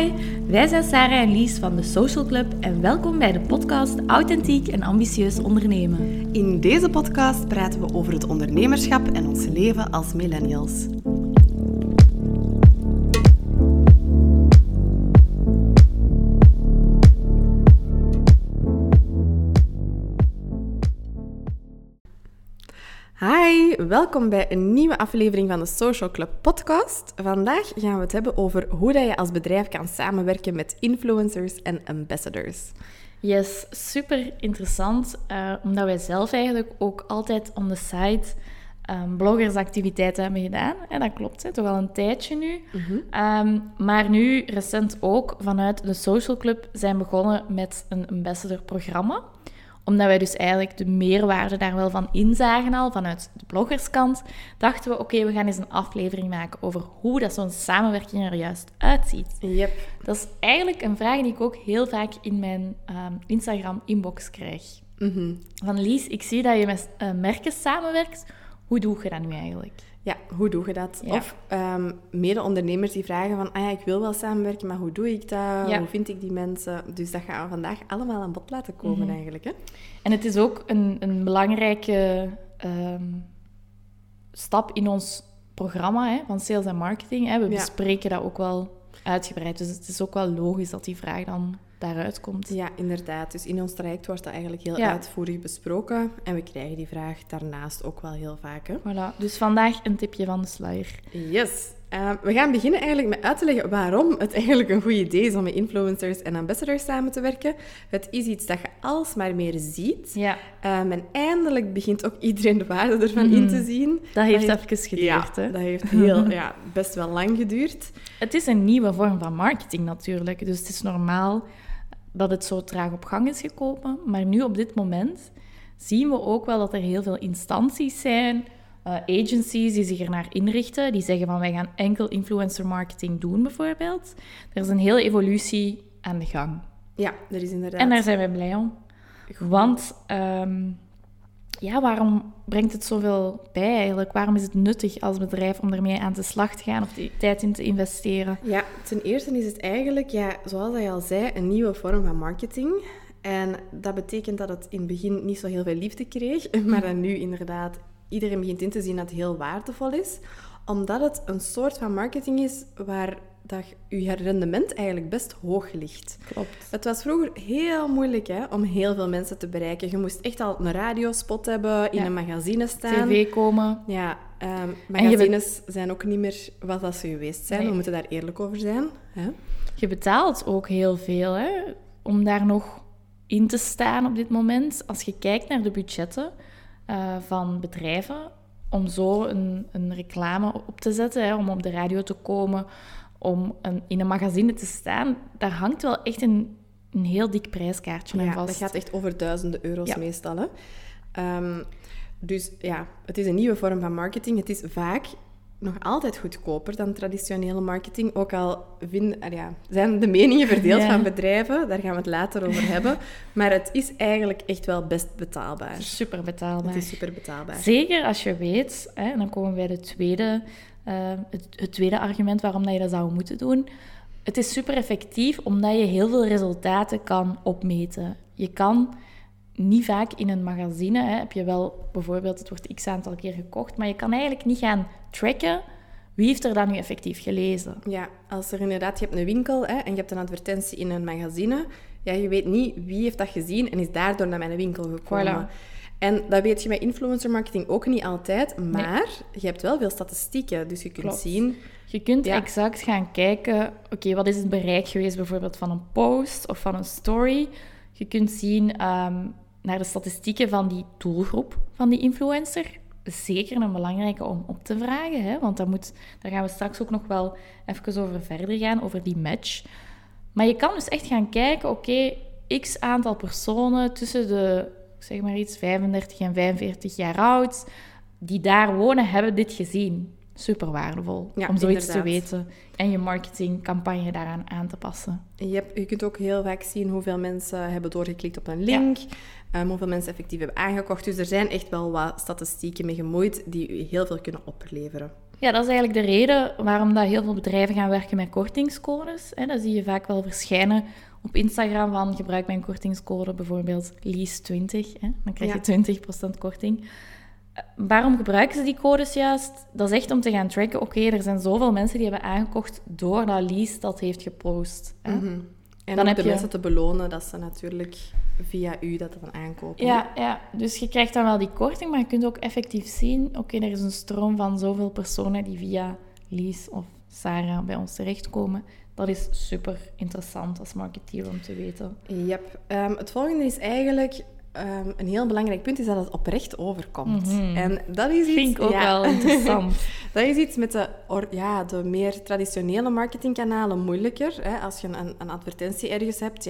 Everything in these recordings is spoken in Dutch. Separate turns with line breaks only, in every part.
Hoi, wij zijn Sarah en Lies van de Social Club en welkom bij de podcast Authentiek en Ambitieus Ondernemen.
In deze podcast praten we over het ondernemerschap en ons leven als millennials. Hi, welkom bij een nieuwe aflevering van de Social Club podcast. Vandaag gaan we het hebben over hoe dat je als bedrijf kan samenwerken met influencers en ambassadors.
Yes, super interessant, omdat wij zelf eigenlijk ook altijd on the side bloggersactiviteiten hebben gedaan. Dat klopt, toch al een tijdje nu. Maar nu recent ook vanuit de Social Club zijn begonnen met een ambassador-programma. Omdat wij dus eigenlijk de meerwaarde daar wel van inzagen al, vanuit de bloggerskant, dachten we, oké, we gaan eens een aflevering maken over hoe dat zo'n samenwerking er juist uitziet.
Yep.
Dat is eigenlijk een vraag die ik ook heel vaak in mijn Instagram-inbox krijg. Van Lies, ik zie dat je met merken samenwerkt. Hoe doe je dat nu eigenlijk?
Ja, hoe doe je dat?
Ja.
Of mede-ondernemers die vragen van, ik wil wel samenwerken, maar hoe doe ik dat?
Ja.
Hoe vind ik die mensen? Dus dat gaan we vandaag allemaal aan bod laten komen eigenlijk. Hè?
En het is ook een belangrijke stap in ons programma van sales en marketing. Hè. We bespreken dat ook wel uitgebreid. Dus het is ook wel logisch dat die vraag dan daaruit komt.
Ja, inderdaad. Dus in ons traject wordt dat eigenlijk heel uitvoerig besproken. En we krijgen die vraag daarnaast ook wel heel vaak. Hè?
Voilà. Dus vandaag een tipje van de sluier.
Yes. We gaan beginnen eigenlijk met uit te leggen waarom het eigenlijk een goed idee is om met influencers en ambassadors samen te werken. Het is iets dat je alsmaar meer ziet.
Ja.
En eindelijk begint ook iedereen de waarde ervan in te zien.
Dat heeft even geduurd.
Ja,
hè?
dat heeft best wel lang geduurd.
Het is een nieuwe vorm van marketing natuurlijk. Dus het is normaal dat het zo traag op gang is gekomen. Maar nu op dit moment zien we ook wel dat er heel veel instanties zijn, agencies die zich ernaar inrichten, die zeggen van wij gaan enkel influencer marketing doen bijvoorbeeld. Er is een hele evolutie aan de gang.
Ja, er is inderdaad.
En daar zijn wij blij om. Want waarom brengt het zoveel bij eigenlijk? Waarom is het nuttig als bedrijf om ermee aan de slag te gaan of die tijd in te investeren?
Ja, ten eerste is het eigenlijk, zoals je al zei, een nieuwe vorm van marketing. En dat betekent dat het in het begin niet zo heel veel liefde kreeg, maar dat nu inderdaad iedereen begint in te zien dat het heel waardevol is. Omdat het een soort van marketing is waar dat je rendement eigenlijk best hoog ligt.
Klopt.
Het was vroeger heel moeilijk om heel veel mensen te bereiken. Je moest echt al een radiospot hebben, in een magazine staan.
TV komen.
Ja, magazines zijn ook niet meer wat dat ze geweest zijn. Nee. We moeten daar eerlijk over zijn. Hè?
Je betaalt ook heel veel om daar nog in te staan op dit moment. Als je kijkt naar de budgetten van bedrijven, om zo een reclame op te zetten, om op de radio te komen, om in een magazine te staan, daar hangt wel echt een heel dik prijskaartje aan vast.
Dat gaat echt over duizenden euro's meestal. Hè? Dus het is een nieuwe vorm van marketing. Het is vaak nog altijd goedkoper dan traditionele marketing. Ook al zijn de meningen verdeeld van bedrijven. Daar gaan we het later over hebben. Maar het is eigenlijk echt wel best betaalbaar.
Het is super betaalbaar.
Het is super betaalbaar.
Zeker als je weet, en dan komen we bij het tweede argument waarom dat je dat zou moeten doen. Het is super effectief omdat je heel veel resultaten kan opmeten. Je kan niet vaak in een magazine, heb je wel bijvoorbeeld, het wordt x aantal keer gekocht, maar je kan eigenlijk niet gaan tracken wie heeft er dan nu effectief gelezen.
Ja, als er inderdaad, je hebt een winkel en je hebt een advertentie in een magazine, je weet niet wie heeft dat gezien en is daardoor naar mijn winkel gekomen.
Voilà.
En dat weet je met influencer marketing ook niet altijd, maar je hebt wel veel statistieken, dus je kunt zien.
Je kunt exact gaan kijken, oké, wat is het bereik geweest bijvoorbeeld van een post of van een story. Je kunt zien naar de statistieken van die doelgroep van die influencer. Zeker een belangrijke om op te vragen, want daar gaan we straks ook nog wel even over verder gaan, over die match. Maar je kan dus echt gaan kijken, oké, x aantal personen tussen de, zeg maar iets, 35 en 45 jaar oud, die daar wonen, hebben dit gezien. Super waardevol om zoiets te weten en je marketingcampagne daaraan aan te passen.
Je kunt ook heel vaak zien hoeveel mensen hebben doorgeklikt op een link, hoeveel mensen effectief hebben aangekocht. Dus er zijn echt wel wat statistieken mee gemoeid die u heel veel kunnen opleveren.
Ja, dat is eigenlijk de reden waarom dat heel veel bedrijven gaan werken met kortingscodes. Dat zie je vaak wel verschijnen op Instagram van gebruik mijn kortingscode, bijvoorbeeld Lies20. Dan krijg je 20% korting. Waarom gebruiken ze die codes juist? Dat is echt om te gaan tracken. Oké, er zijn zoveel mensen die hebben aangekocht doordat Lies dat heeft gepost.
Mm-hmm. En dan om de mensen te belonen dat ze natuurlijk via u dat dan aankopen.
Ja, dus je krijgt dan wel die korting, maar je kunt ook effectief zien... Oké, er is een stroom van zoveel personen die via Lies of Sarah bij ons terechtkomen. Dat is super interessant als marketeer om te weten.
Yep. Het volgende is eigenlijk... een heel belangrijk punt is dat het oprecht overkomt.
Mm-hmm.
En dat is iets...
Vind ik ook wel interessant.
Dat is iets met de meer traditionele marketingkanalen moeilijker. Hè? Als je een advertentie ergens hebt,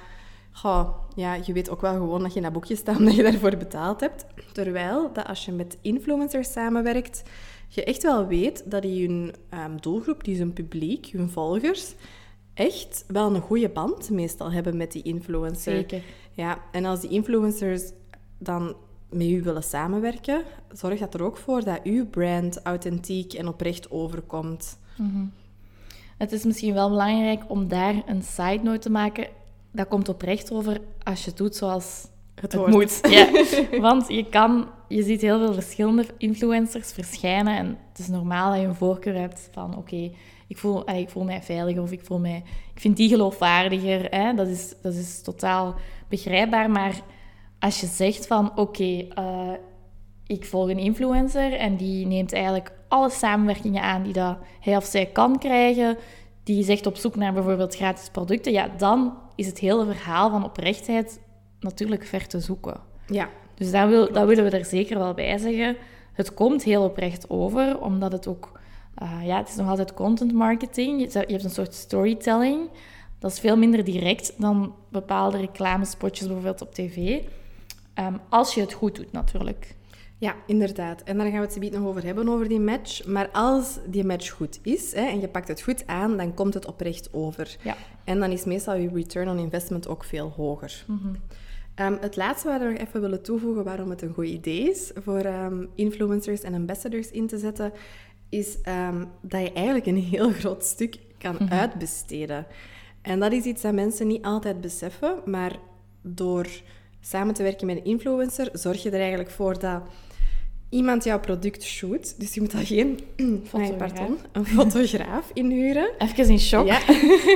je weet ook wel gewoon dat je in dat boekje staat omdat je daarvoor betaald hebt. Terwijl dat als je met influencers samenwerkt, je echt wel weet dat die hun doelgroep, die hun publiek, hun volgers, echt wel een goede band meestal hebben met die influencer.
Zeker.
Ja, en als die influencers dan met u willen samenwerken, zorg dat er ook voor dat uw brand authentiek en oprecht overkomt.
Mm-hmm. Het is misschien wel belangrijk om daar een side note te maken. Dat komt oprecht over als je het doet zoals het moet. Ja, want je ziet heel veel verschillende influencers verschijnen en het is normaal dat je een voorkeur hebt van oké, ik voel mij veiliger of ik vind die geloofwaardiger. Hè? Dat is totaal begrijpbaar, maar als je zegt van oké, ik volg een influencer en die neemt eigenlijk alle samenwerkingen aan die dat hij of zij kan krijgen, die is echt op zoek naar bijvoorbeeld gratis producten, ja, dan is het hele verhaal van oprechtheid natuurlijk ver te zoeken. Ja. Dus dat willen we er zeker wel bij zeggen. Het komt heel oprecht over, omdat het ook... het is nog altijd content marketing. Je hebt een soort storytelling. Dat is veel minder direct dan bepaalde reclamespotjes bijvoorbeeld op tv. Als je het goed doet, natuurlijk.
Ja, inderdaad. En daar gaan we het zometeen nog over hebben, over die match. Maar als die match goed is en je pakt het goed aan, dan komt het oprecht over. Ja. En dan is meestal je return on investment ook veel hoger. Mm-hmm. Het laatste waar we nog even willen toevoegen waarom het een goed idee is voor influencers en ambassadors in te zetten, is dat je eigenlijk een heel groot stuk kan uitbesteden. En dat is iets dat mensen niet altijd beseffen, maar door samen te werken met een influencer zorg je er eigenlijk voor dat iemand jouw product shoot. Dus je moet daar geen een fotograaf inhuren.
Even in shock.
Ja.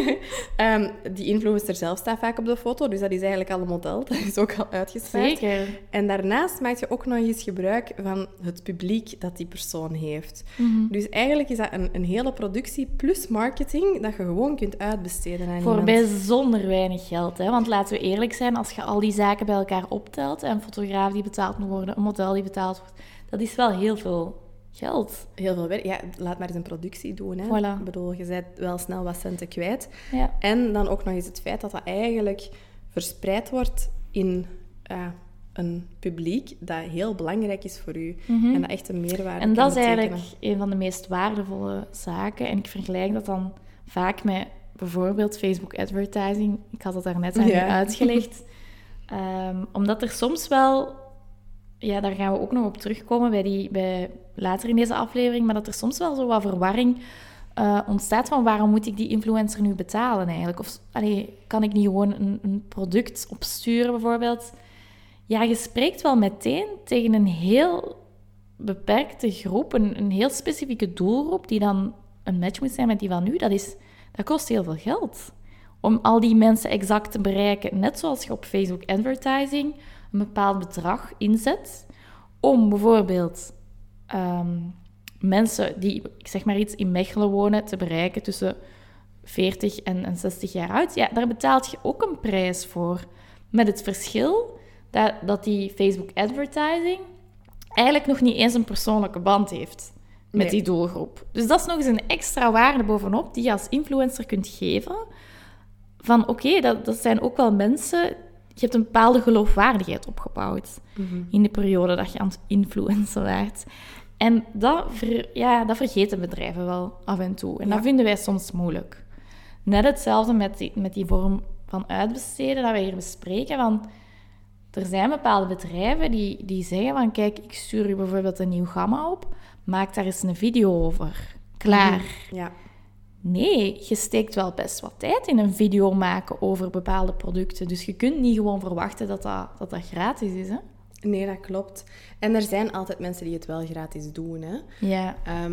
Die influencer zelf staat vaak op de foto, dus dat is eigenlijk al een model. Dat is ook al uitgespaard.
Zeker.
En daarnaast maak je ook nog eens gebruik van het publiek dat die persoon heeft. Mm-hmm. Dus eigenlijk is dat een hele productie plus marketing dat je gewoon kunt uitbesteden aan iemand.
Voor bijzonder weinig geld. Hè? Want laten we eerlijk zijn, als je al die zaken bij elkaar optelt, een fotograaf die betaald moet worden, een model die betaald wordt, dat is wel heel veel geld.
Heel veel werk. Ja, laat maar eens een productie doen. Hè.
Voilà.
Ik bedoel, je bent wel snel wat centen kwijt. Ja. En dan ook nog eens het feit dat dat eigenlijk verspreid wordt in een publiek dat heel belangrijk is voor u. Mm-hmm. En dat echt een meerwaarde
En dat is eigenlijk een van de meest waardevolle zaken. En ik vergelijk dat dan vaak met bijvoorbeeld Facebook advertising. Ik had dat daarnet aan u uitgelegd. Omdat er soms wel... Ja, daar gaan we ook nog op terugkomen bij later in deze aflevering, maar dat er soms wel zo wat verwarring ontstaat van waarom moet ik die influencer nu betalen eigenlijk? Of kan ik niet gewoon een product opsturen bijvoorbeeld? Ja, je spreekt wel meteen tegen een heel beperkte groep, een heel specifieke doelgroep die dan een match moet zijn met die van u. Dat kost heel veel geld om al die mensen exact te bereiken. Net zoals je op Facebook advertising een bepaald bedrag inzet om bijvoorbeeld mensen die, ik zeg maar iets, in Mechelen wonen te bereiken tussen 40 en 60 jaar oud. Ja, daar betaalt je ook een prijs voor. Met het verschil dat die Facebook advertising eigenlijk nog niet eens een persoonlijke band heeft met die doelgroep. Dus dat is nog eens een extra waarde bovenop die je als influencer kunt geven. Van oké, dat zijn ook wel mensen... Je hebt een bepaalde geloofwaardigheid opgebouwd in de periode dat je aan het influencen waart. En dat vergeten bedrijven wel af en toe. En dat vinden wij soms moeilijk. Net hetzelfde met die vorm van uitbesteden dat wij hier bespreken. Want er zijn bepaalde bedrijven die zeggen van, kijk, ik stuur u bijvoorbeeld een nieuw gamma op, maak daar eens een video over. Klaar.
Ja.
Nee, je steekt wel best wat tijd in een video maken over bepaalde producten. Dus je kunt niet gewoon verwachten dat gratis is, hè?
Nee, dat klopt. En er zijn altijd mensen die het wel gratis doen, hè.
Ja.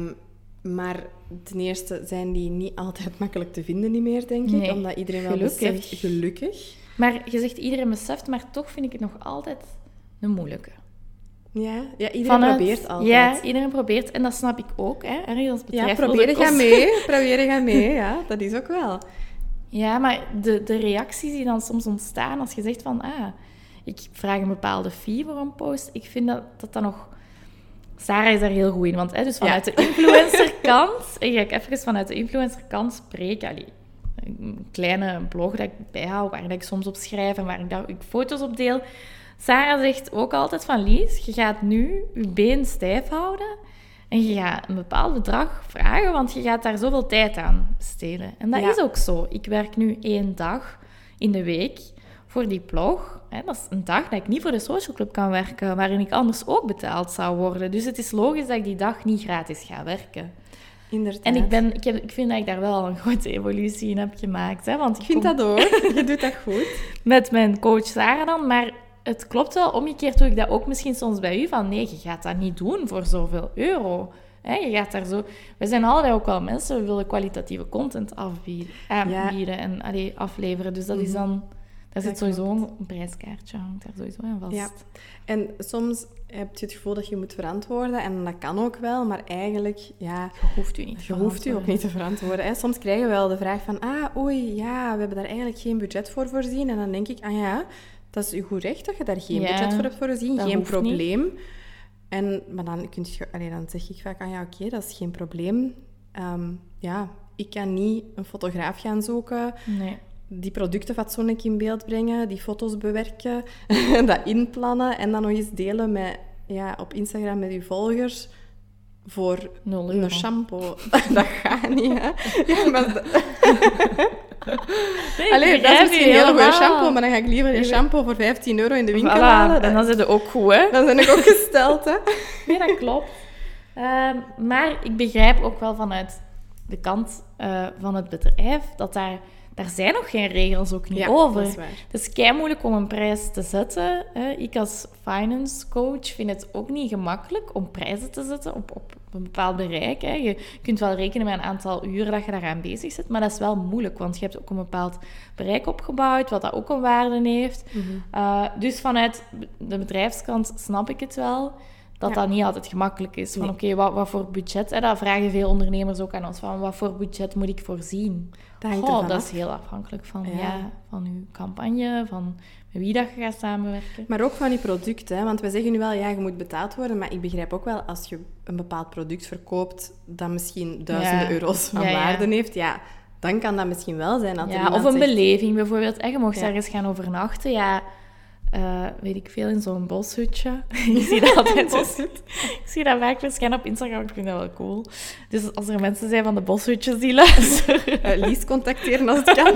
Maar ten eerste zijn die niet altijd makkelijk te vinden niet meer, denk ik.
Nee,
omdat iedereen wel beseft, gelukkig.
Maar je zegt iedereen beseft, maar toch vind ik het nog altijd een moeilijke.
Ja, iedereen probeert altijd.
Ja, iedereen probeert. En dat snap ik ook, hè. Ergens als bedrijf
proberen gaan mee. Ja, dat is ook wel.
Ja, maar de reacties die dan soms ontstaan als je zegt van... ik vraag een bepaalde fee voor een post. Ik vind dat nog... Sarah is daar heel goed in. Want dus vanuit de influencerkant... En ga ik even vanuit de influencerkant spreken. Allee, een kleine blog dat ik bijhoud, waar ik soms op schrijf en waar ik foto's op deel. Sarah zegt ook altijd van... Lies, je gaat nu je been stijf houden... En je gaat een bepaald bedrag vragen, want je gaat daar zoveel tijd aan besteden. En dat is ook zo. Ik werk nu 1 dag in de week voor die blog. Dat is een dag dat ik niet voor de social club kan werken, waarin ik anders ook betaald zou worden. Dus het is logisch dat ik die dag niet gratis ga werken.
Inderdaad.
En ik vind dat ik daar wel een grote evolutie in heb gemaakt. Hè, want
ik vind dat ook. Je doet dat goed.
Met mijn coach Sarah dan, maar... Het klopt wel, omgekeerd doe ik dat ook misschien soms bij u, van nee, je gaat dat niet doen voor zoveel euro. Je gaat daar zo... We zijn allebei ook wel mensen, we willen kwalitatieve content aanbieden en afleveren. Dus dat is dan... Daar zit sowieso een prijskaartje, hangt daar sowieso aan vast.
Ja. En soms heb je het gevoel dat je moet verantwoorden, en dat kan ook wel, maar eigenlijk,
Je hoeft u niet
je hoeft u ook niet te verantwoorden. Hè. Soms krijgen we wel de vraag van, we hebben daar eigenlijk geen budget voor voorzien. En dan denk ik, dat is je goed recht dat je daar geen budget voor hebt voorzien, geen probleem. Maar dan zeg ik vaak, oké, dat is geen probleem. Ik kan niet een fotograaf gaan zoeken, die producten fatsoenlijk in beeld brengen, die foto's bewerken, dat inplannen en dan nog eens delen op Instagram met uw volgers voor
0
een shampoo. Dat gaat niet, hè? Ja, maar... dat is misschien een hele goede shampoo, maar dan ga ik liever een shampoo voor €15 in de winkel halen.
En dan zit het ook goed, hè?
Dan ben ik ook gesteld, hè?
Nee, dat klopt. Maar ik begrijp ook wel vanuit de kant van het bedrijf dat daar zijn nog geen regels ook niet over.
Dat is waar.
Het is kei moeilijk om een prijs te zetten. Ik als finance coach vind het ook niet gemakkelijk om prijzen te zetten op een bepaald bereik. Je kunt wel rekenen met een aantal uren dat je daaraan bezig bent, maar dat is wel moeilijk, want je hebt ook een bepaald bereik opgebouwd, wat dat ook een waarde heeft. Mm-hmm. Dus vanuit de bedrijfskant snap ik het wel, dat niet altijd gemakkelijk is. Van oké, wat voor budget? Dat vragen veel ondernemers ook aan ons. Van wat voor budget moet ik voorzien? Dat is heel afhankelijk van, van uw campagne, van met wie dat je gaat samenwerken.
Maar ook van die producten. Want we zeggen nu wel, je moet betaald worden. Maar ik begrijp ook wel, als je een bepaald product verkoopt dat misschien duizenden euro's van waarde heeft, dan kan dat misschien wel zijn. Dat
of een beleving bijvoorbeeld. Je mocht ergens gaan overnachten, weet ik veel, in zo'n boshutje. Ik zie dat altijd. Ik zie dat vaak verschijnen op Instagram. Ik vind dat wel cool. Dus als er mensen zijn van de boshutjes die luisteren...
Lies contacteren als het kan.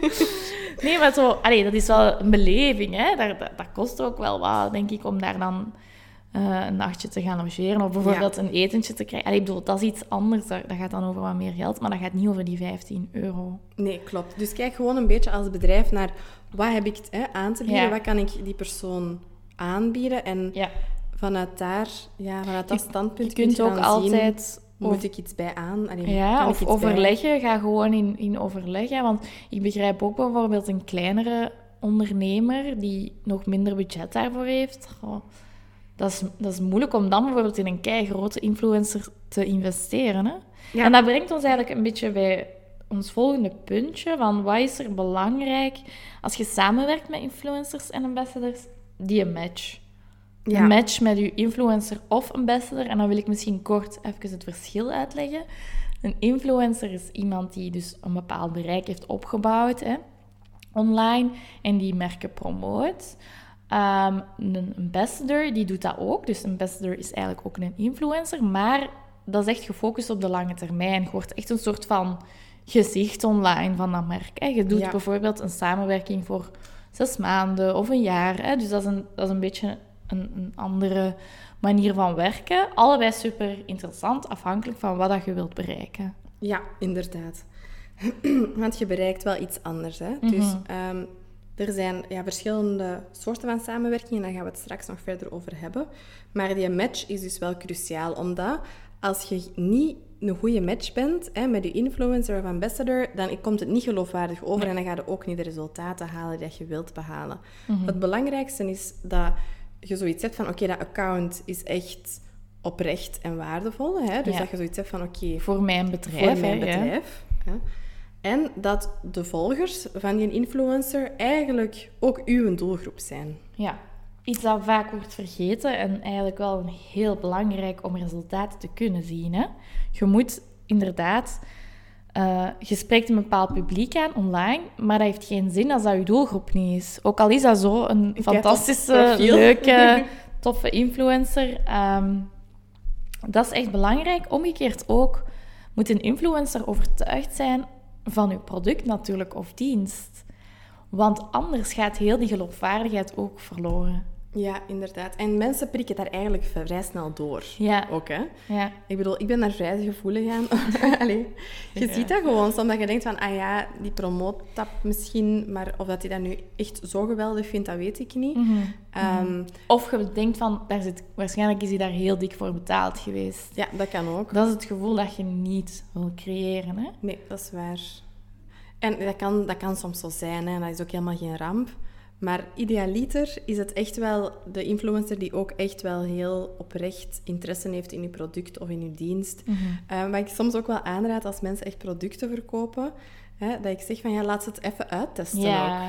Nee, maar zo... dat is wel een beleving, hè. Dat kost ook wel wat, denk ik, om daar dan een nachtje te gaan logeren. Of bijvoorbeeld een etentje te krijgen. Ik bedoel, dat is iets anders. Dat gaat dan over wat meer geld. Maar dat gaat niet over die €15.
Nee, klopt. Dus kijk gewoon een beetje als bedrijf naar... Wat heb ik aan te bieden? Ja. Wat kan ik die persoon aanbieden? En vanuit daar, vanuit dat standpunt
je kunt ook altijd...
Moet ik iets bij aan?
Of overleggen. Ga gewoon in overleggen. Want ik begrijp ook bijvoorbeeld een kleinere ondernemer die nog minder budget daarvoor heeft. Dat is moeilijk om dan bijvoorbeeld in een keigrote influencer te investeren. Hè? Ja. En dat brengt ons eigenlijk een beetje bij... ons volgende puntje, van wat is er belangrijk als je samenwerkt met influencers en ambassadors? Die een match. Ja. Een match met je influencer of ambassador. En dan wil ik misschien kort even het verschil uitleggen. Een influencer is iemand die dus een bepaald bereik heeft opgebouwd, online, en die merken promoot. Een ambassador, die doet dat ook. Dus een ambassador is eigenlijk ook een influencer, maar dat is echt gefocust op de lange termijn. Je wordt echt een soort van gezicht online van dat merk. Je doet bijvoorbeeld een samenwerking voor 6 maanden of een jaar. Hè? Dus dat is een beetje een andere manier van werken. Allebei super interessant, afhankelijk van wat dat je wilt bereiken.
Ja, inderdaad. Want je bereikt wel iets anders. Hè? Dus er zijn verschillende soorten van samenwerking en daar gaan we het straks nog verder over hebben. Maar die match is dus wel cruciaal, omdat als je niet een goede match bent met je influencer of ambassador, dan komt het niet geloofwaardig over en dan ga je ook niet de resultaten halen die je wilt behalen. Het belangrijkste is dat je zoiets hebt van, oké, dat account is echt oprecht en waardevol. Hè? Dus dat je zoiets hebt van, oké...
Voor mijn bedrijf.
Ja. En dat de volgers van die influencer eigenlijk ook uw doelgroep zijn.
Ja, iets dat vaak wordt vergeten en eigenlijk wel heel belangrijk om resultaten te kunnen zien. Hè? Je moet inderdaad... je spreekt een bepaald publiek aan online, maar dat heeft geen zin als dat je doelgroep niet is. Ook al is dat zo een fantastische, leuke, toffe influencer. Dat is echt belangrijk. Omgekeerd ook moet een influencer overtuigd zijn van uw product natuurlijk of dienst. Want anders gaat heel die geloofwaardigheid ook verloren.
Ja, inderdaad. En mensen prikken daar eigenlijk vrij snel door.
Ja.
Ook, hè?
Ja.
Ik bedoel, ik ben daar vrij gevoelig aan. Allee, je ziet dat gewoon. Soms dat je denkt van, die promoot dat misschien, maar of dat hij dat nu echt zo geweldig vindt, dat weet ik niet.
Of je denkt van, waarschijnlijk is hij daar heel dik voor betaald geweest.
Ja, dat kan ook.
Dat is het gevoel dat je niet wil creëren, hè?
Nee, dat is waar. En dat kan soms zo zijn, hè. Dat is ook helemaal geen ramp. Maar idealiter is het echt wel de influencer die ook echt wel heel oprecht interesse heeft in je product of in je dienst. Wat ik soms ook wel aanraad als mensen echt producten verkopen, dat ik zeg van, laat ze het even uittesten ook.
Ja.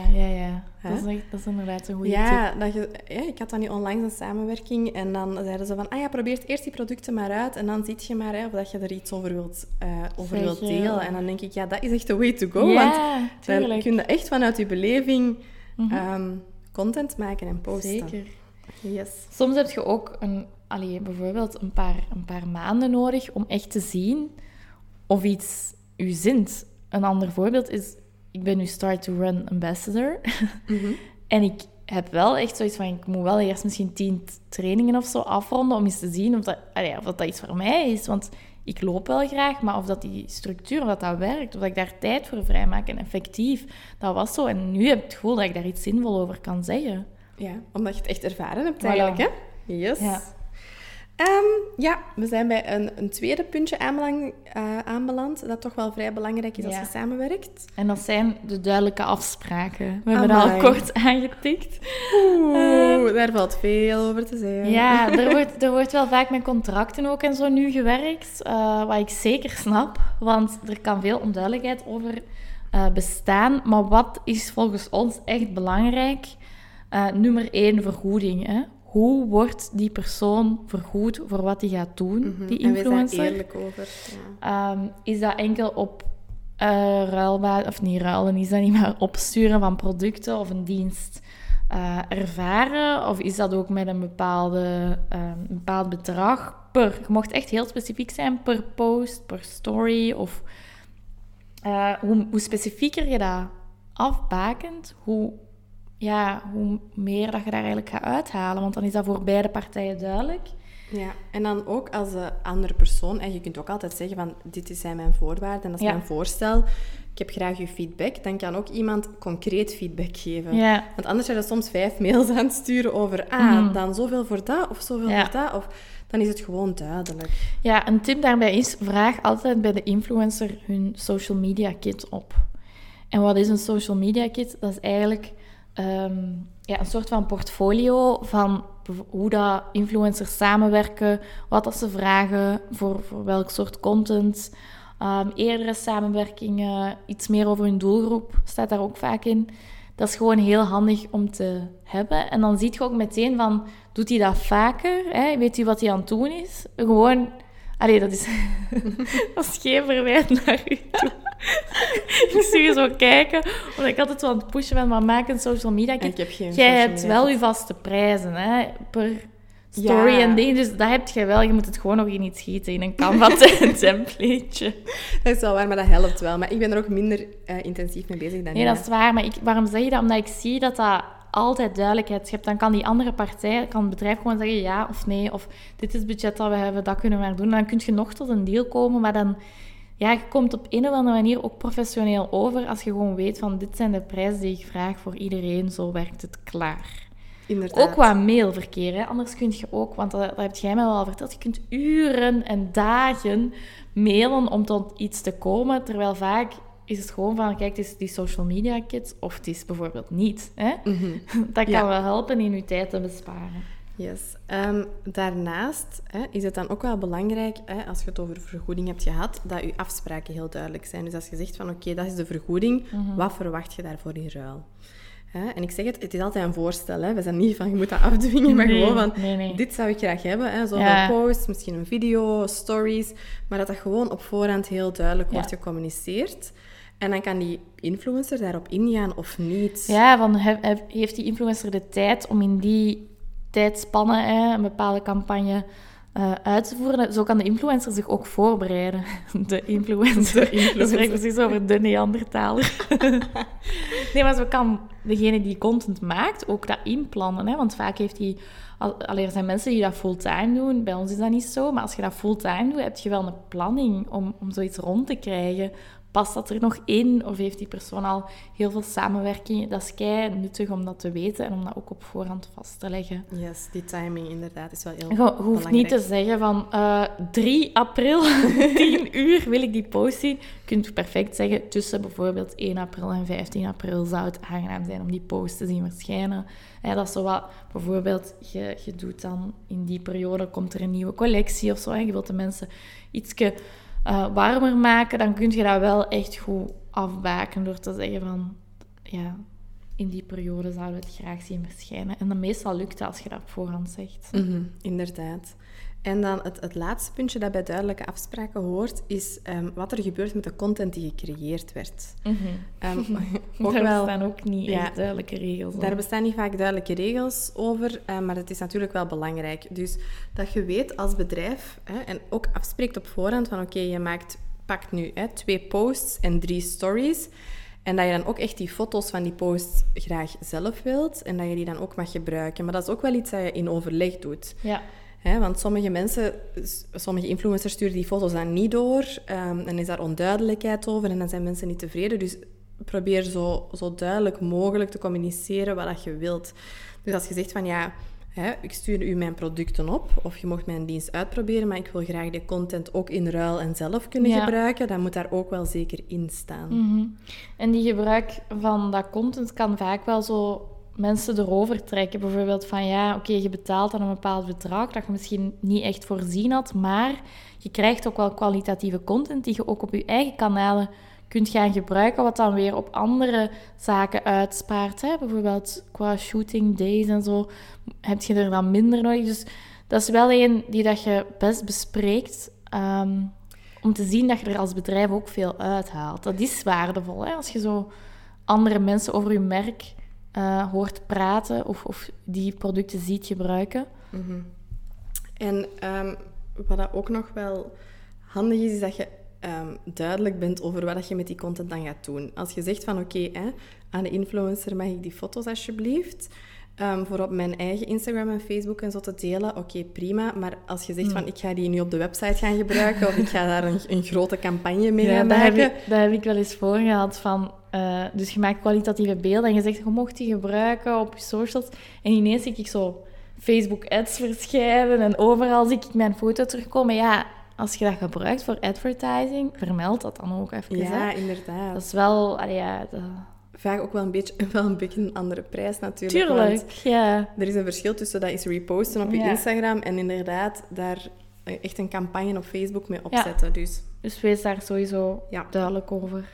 Dat is inderdaad een goede tip.
Ik had dan nu onlangs een samenwerking en dan zeiden ze van, probeer eerst die producten maar uit en dan ziet je maar of dat je er iets over wilt delen. En dan denk ik, dat is echt the way to go. Want dan kun je echt vanuit je beleving content maken en posten.
Zeker.
Yes.
Soms heb je ook bijvoorbeeld een paar maanden nodig om echt te zien of iets u zint. Een ander voorbeeld is, ik ben nu Start to Run ambassador. En ik heb wel echt zoiets van, ik moet wel eerst misschien 10 trainingen of zo afronden om eens te zien of dat iets voor mij is. Want ik loop wel graag, maar of dat die structuur, of dat werkt, of dat ik daar tijd voor vrijmaak en effectief, dat was zo. En nu heb ik het gevoel dat ik daar iets zinvol over kan zeggen.
Ja, omdat je het echt ervaren hebt eigenlijk, hè? Yes.
Ja.
We zijn bij een tweede puntje aanbeland, dat toch wel vrij belangrijk is als je samenwerkt.
En dat zijn de duidelijke afspraken. We hebben dat al kort aangetikt.
Daar valt veel over te zeggen.
Ja, er wordt wel vaak met contracten ook en zo nu gewerkt, wat ik zeker snap, want er kan veel onduidelijkheid over bestaan. Maar wat is volgens ons echt belangrijk? Nummer 1, vergoeding, hè? Hoe wordt die persoon vergoed voor wat hij gaat doen, die influencer?
En we zijn eerlijk over. Ja.
Is dat enkel op ruilbaar, of niet ruilen, is dat niet maar opsturen van producten of een dienst ervaren? Of is dat ook met een bepaald bedrag je mocht echt heel specifiek zijn, per post, per story? Of hoe specifieker je dat afbakent, hoe meer dat je daar eigenlijk gaat uithalen. Want dan is dat voor beide partijen duidelijk.
Ja, en dan ook als de andere persoon... En je kunt ook altijd zeggen van, dit zijn mijn voorwaarden en dat is mijn voorstel. Ik heb graag je feedback. Dan kan ook iemand concreet feedback geven.
Ja.
Want anders zijn er soms 5 mails aan het sturen over... dan zoveel voor dat of zoveel voor dat. Of dan is het gewoon duidelijk. Ja,
een tip daarbij is, vraag altijd bij de influencer hun social media kit op. En wat is een social media kit? Dat is eigenlijk... een soort van portfolio van hoe dat influencers samenwerken, wat dat ze vragen voor welk soort content, eerdere samenwerkingen, iets meer over hun doelgroep, staat daar ook vaak in. Dat is gewoon heel handig om te hebben. En dan zie je ook meteen van, doet hij dat vaker? Hè? Weet hij wat hij aan het doen is? Gewoon... dat is geen verwijt naar u toe. Ik zie je zo kijken, omdat ik altijd zo aan het pushen ben, maar maak een social media kit. Jij hebt wel je vaste prijzen, hè, per story en dingen. Dus dat heb je wel. Je moet het gewoon nog in iets schieten, in een Canva templateje.
Dat is wel waar, maar dat helpt wel. Maar ik ben er ook minder intensief mee bezig dan
Nee, dat is waar. Maar waarom zeg je dat? Omdat ik zie dat altijd duidelijkheid schept. Dan kan die andere partij, kan het bedrijf gewoon zeggen ja of nee. Of dit is het budget dat we hebben, dat kunnen we maar doen. En dan kun je nog tot een deal komen, maar dan... Ja, je komt op een of andere manier ook professioneel over als je gewoon weet van dit zijn de prijzen die ik vraag voor iedereen. Zo werkt het klaar.
Inderdaad.
Ook qua mailverkeer. Hè? Anders kun je ook, want dat heb jij mij wel al verteld, je kunt uren en dagen mailen om tot iets te komen. Terwijl vaak is het gewoon van, kijk, het is die social media kit of het is bijvoorbeeld niet. Hè?
Mm-hmm.
Dat kan wel helpen in je tijd te besparen.
Yes. Daarnaast is het dan ook wel belangrijk, als je het over vergoeding hebt gehad, dat je afspraken heel duidelijk zijn. Dus als je zegt van oké, dat is de vergoeding, wat verwacht je daarvoor in ruil? En ik zeg het is altijd een voorstel. Hè. We zijn niet van je moet dat afdwingen, maar gewoon van dit zou ik graag hebben. Hè. Zoveel posts, misschien een video, stories, maar dat gewoon op voorhand heel duidelijk wordt gecommuniceerd. En dan kan die influencer daarop ingaan of niet.
Ja, heeft die influencer de tijd om in die tijdspannen een bepaalde campagne uit te voeren. Zo kan de influencer zich ook voorbereiden. De influencer. Dat spreekt precies over de Neandertaler. Nee, maar zo kan degene die content maakt ook dat inplannen. Hè? Want vaak heeft hij... Er zijn mensen die dat fulltime doen. Bij ons is dat niet zo. Maar als je dat fulltime doet, heb je wel een planning om zoiets rond te krijgen. Past dat er nog in? Of heeft die persoon al heel veel samenwerking? Dat is kei nuttig om dat te weten en om dat ook op voorhand vast te leggen.
Yes, die timing inderdaad is wel heel
belangrijk. Je hoeft niet te zeggen van 3 april, 10 uur wil ik die post zien. Je kunt perfect zeggen tussen bijvoorbeeld 1 april en 15 april zou het aangenaam zijn om die post te zien verschijnen. Dat is zo wat, bijvoorbeeld, je doet dan in die periode, komt er een nieuwe collectie of zo. En je wilt de mensen ietske warmer maken, dan kun je dat wel echt goed afbaken door te zeggen van, ja, in die periode zouden we het graag zien verschijnen. En dan meestal lukt dat als je dat op voorhand zegt.
Mm-hmm, inderdaad. En dan het laatste puntje dat bij duidelijke afspraken hoort, is wat er gebeurt met de content die gecreëerd werd.
Mm-hmm. Daar bestaan ook niet echt duidelijke regels over.
Daar bestaan niet vaak duidelijke regels over, maar het is natuurlijk wel belangrijk. Dus dat je weet als bedrijf, en ook afspreekt op voorhand van oké, je pakt nu 2 posts en 3 stories. En dat je dan ook echt die foto's van die posts graag zelf wilt. En dat je die dan ook mag gebruiken. Maar dat is ook wel iets dat je in overleg doet.
Ja.
Want sommige influencers sturen die foto's dan niet door. En is daar onduidelijkheid over. En dan zijn mensen niet tevreden. Dus probeer zo duidelijk mogelijk te communiceren wat je wilt. Dus als je zegt van ik stuur u mijn producten op. Of je mocht mijn dienst uitproberen. Maar ik wil graag die content ook in ruil en zelf kunnen gebruiken. Dan moet daar ook wel zeker in staan.
Mm-hmm. En die gebruik van dat content kan vaak wel zo mensen erover trekken. Bijvoorbeeld van je betaalt dan een bepaald bedrag dat je misschien niet echt voorzien had, maar je krijgt ook wel kwalitatieve content die je ook op je eigen kanalen kunt gaan gebruiken, wat dan weer op andere zaken uitspaart. Hè? Bijvoorbeeld qua shooting days en zo heb je er dan minder nodig. Dus dat is wel een die dat je best bespreekt om te zien dat je er als bedrijf ook veel uithaalt. Dat is waardevol, hè? Als je zo andere mensen over je merk hoort praten of die producten ziet gebruiken.
Mm-hmm. En wat dat ook nog wel handig is dat je duidelijk bent over wat je met die content dan gaat doen. Als je zegt van oké, aan de influencer mag ik die foto's alsjeblieft voor op mijn eigen Instagram en Facebook en zo te delen, oké, prima. Maar als je zegt van ik ga die nu op de website gaan gebruiken of ik ga daar een grote campagne mee gaan maken.
Dat heb ik wel eens voor gehad van... dus je maakt kwalitatieve beelden en je zegt, je mocht die gebruiken op je socials. En ineens zie ik zo Facebook ads verschijnen en overal zie ik mijn foto terugkomen. Ja, als je dat gebruikt voor advertising, vermeld dat dan ook even.
Ja, inderdaad.
Dat is wel...
Vaak ook wel een beetje een andere prijs natuurlijk.
Tuurlijk, ja.
Er is een verschil tussen dat is reposten op je Instagram en inderdaad daar echt een campagne op Facebook mee opzetten.
Dus wees daar sowieso duidelijk over.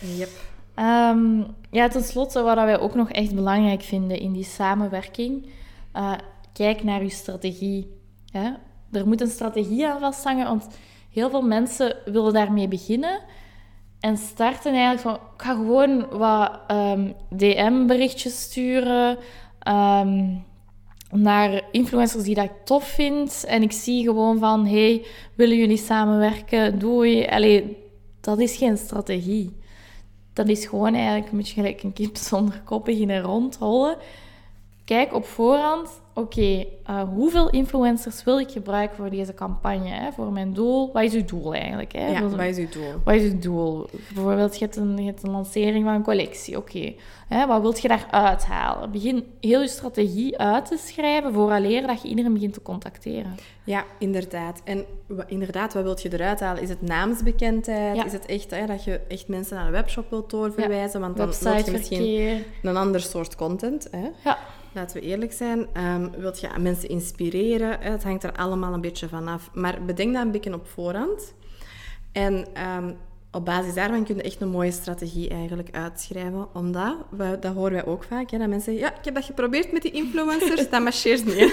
Yep.
Ten slotte, wat wij ook nog echt belangrijk vinden in die samenwerking, kijk naar je strategie. Hè? Er moet een strategie aan vasthangen, want heel veel mensen willen daarmee beginnen en starten eigenlijk van, ik ga gewoon wat DM-berichtjes sturen, naar influencers die dat ik tof vind. En ik zie gewoon van, hey, willen jullie samenwerken? Doei. Allee, dat is geen strategie. Dat is gewoon eigenlijk een beetje gelijk een kip zonder kop beginnen rondrollen. Kijk op voorhand, oké, hoeveel influencers wil ik gebruiken voor deze campagne? Hè? Voor mijn doel. Wat is uw doel eigenlijk? Hè?
Ja, wat is uw doel?
Wat is uw doel? Bijvoorbeeld, je hebt een lancering van een collectie. Oké. Wat wil je daaruit halen? Begin heel je strategie uit te schrijven vooraleer dat je iedereen begint te contacteren.
Ja, inderdaad. En inderdaad, wat wil je eruit halen? Is het naamsbekendheid? Ja. Is het echt dat je echt mensen naar een webshop wilt doorverwijzen? Ja. Want dan wil je misschien een ander soort content. Hè? Ja. Laten we eerlijk zijn. Wilt je mensen inspireren? Het hangt er allemaal een beetje van af. Maar bedenk dat een beetje op voorhand. En op basis daarvan kun je echt een mooie strategie eigenlijk uitschrijven. Omdat, dat horen wij ook vaak, dat mensen zeggen, ja, ik heb dat geprobeerd met die influencers, dat marcheert niet.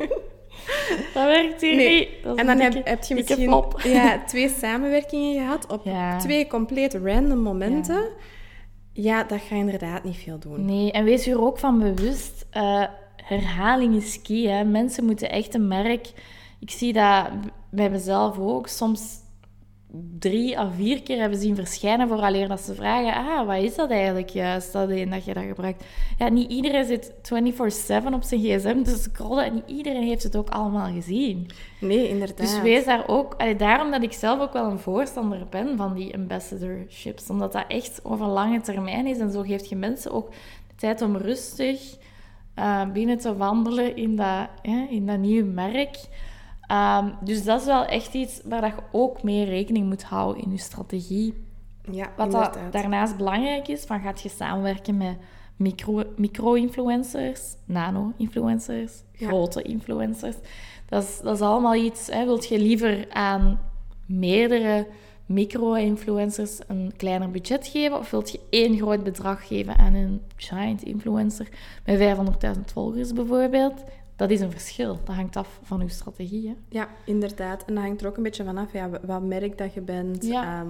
Dat werkt hier niet.
En dan heb je misschien 2 samenwerkingen gehad op 2 compleet random momenten. Ja, dat ga je inderdaad niet veel doen.
Nee, en wees je er ook van bewust. Herhaling is key. Hè. Mensen moeten echt een merk... Ik zie dat bij mezelf ook. Soms 3 of 4 keer hebben zien verschijnen vooraleer dat ze vragen, wat is dat eigenlijk juist, dat je dat gebruikt? Ja, niet iedereen zit 24/7 op zijn gsm te scrollen en niet iedereen heeft het ook allemaal gezien.
Nee, inderdaad.
Dus wees daar ook... daarom dat ik zelf ook wel een voorstander ben van die ambassadorships, omdat dat echt over lange termijn is en zo geeft je mensen ook de tijd om rustig binnen te wandelen in dat nieuwe merk. Dus dat is wel echt iets waar je ook mee rekening moet houden in je strategie.
Ja,
wat dat daarnaast belangrijk is, gaat je samenwerken met micro-influencers, nano-influencers, grote influencers. Dat is allemaal iets, wilt je liever aan meerdere micro-influencers een kleiner budget geven, of wilt je 1 groot bedrag geven aan een giant influencer met 500.000 volgers bijvoorbeeld? Dat is een verschil. Dat hangt af van je strategie. Hè?
Ja, inderdaad. En dat hangt er ook een beetje vanaf wat merk dat je bent. Ja.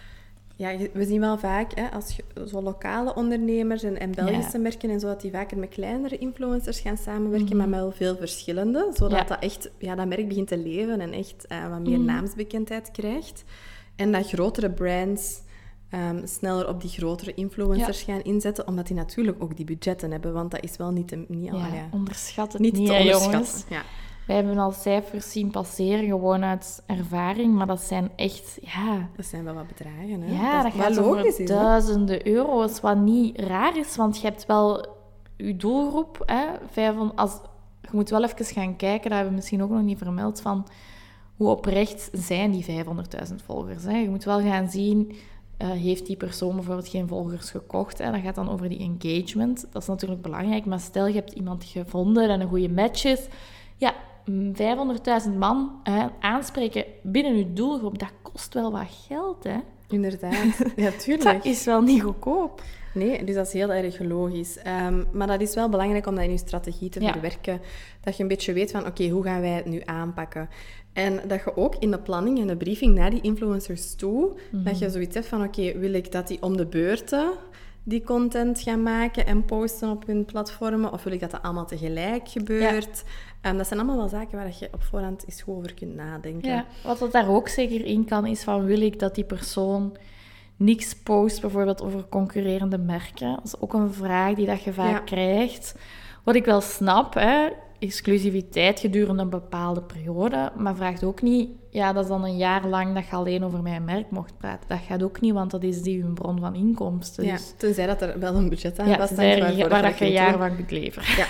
We zien wel vaak, als zo lokale ondernemers en Belgische merken en zo, dat die vaker met kleinere influencers gaan samenwerken, maar met wel veel verschillende, zodat dat echt, dat merk begint te leven en echt wat meer naamsbekendheid krijgt. En dat grotere brands sneller op die grotere influencers gaan inzetten, omdat die natuurlijk ook die budgetten hebben, want dat is wel niet
onderschat het
niet
niet,
te onderschatten.
Jongens. Ja. Wij hebben al cijfers zien passeren, gewoon uit ervaring, maar dat zijn echt,
dat zijn wel wat bedragen, hè?
Ja, dat gaat over duizenden euro's, wat niet raar is, want je hebt wel je doelgroep, hè, je moet wel even gaan kijken, dat hebben we misschien ook nog niet vermeld, van hoe oprecht zijn die 500.000 volgers. Hè? Je moet wel gaan zien, heeft die persoon bijvoorbeeld geen volgers gekocht? Hè? Dat gaat dan over die engagement. Dat is natuurlijk belangrijk, maar stel je hebt iemand gevonden en een goede match is. Ja, 500.000 man aanspreken binnen je doelgroep, dat kost wel wat geld, hè?
Inderdaad, ja, tuurlijk.
Dat is wel niet goedkoop.
Nee, dus dat is heel erg logisch. Maar dat is wel belangrijk om dat in je strategie te verwerken. Dat je een beetje weet van, oké, hoe gaan wij het nu aanpakken? En dat je ook in de planning en de briefing naar die influencers toe, dat je zoiets hebt van, oké, wil ik dat die om de beurten die content gaan maken en posten op hun platformen, of wil ik dat dat allemaal tegelijk gebeurt? Ja. Dat zijn allemaal wel zaken waar je op voorhand eens goed over kunt nadenken.
Ja, wat dat daar ook zeker in kan, is van, wil ik dat die persoon niks post, bijvoorbeeld over concurrerende merken? Dat is ook een vraag die dat je vaak krijgt. Wat ik wel snap, exclusiviteit gedurende een bepaalde periode, maar vraagt ook niet, dat is dan een jaar lang dat je alleen over mijn merk mocht praten. Dat gaat ook niet, want dat is die een bron van inkomsten.
Ja,
dus...
tenzij dat er wel een budget aan past.
Waar dat je een jaar van kunt leveren. Ja.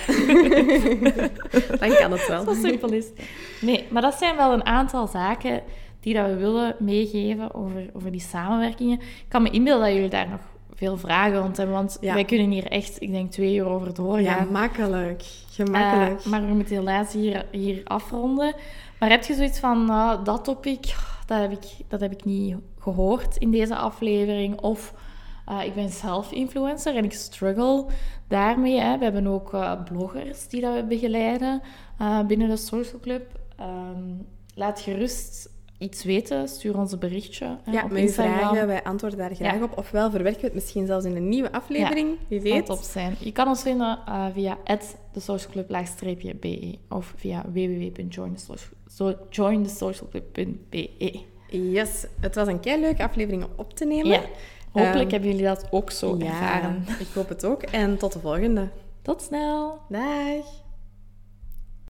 Dan kan het wel.
Zo simpel is het. Nee, maar dat zijn wel een aantal zaken die dat we willen meegeven over die samenwerkingen. Ik kan me inbeelden dat jullie daar nog veel vragen rond hebben, want wij kunnen hier echt, ik denk, 2 uur over doorgaan.
Ja, gemakkelijk. Gemakkelijk.
Maar we moeten helaas hier afronden. Maar heb je zoiets van, dat topic, dat heb ik niet gehoord in deze aflevering, of ik ben zelf influencer en ik struggle daarmee. Hè. We hebben ook bloggers die dat we begeleiden binnen de Social Club. Laat gerust iets weten, stuur ons een berichtje
Ja,
op
met uw
Instagram.
vragen, wij antwoorden daar graag op. Ofwel verwerken we het misschien zelfs in een nieuwe aflevering, wie
Zal
weet.
top zijn. Je kan ons vinden via @thesocialclub_be of via www.jointhesocialclub.be.
Yes, het was een keileuke aflevering om op te nemen.
Ja, hopelijk hebben jullie dat ook zo ervaren.
Ik hoop het ook. En tot de volgende.
Tot snel!
Dag!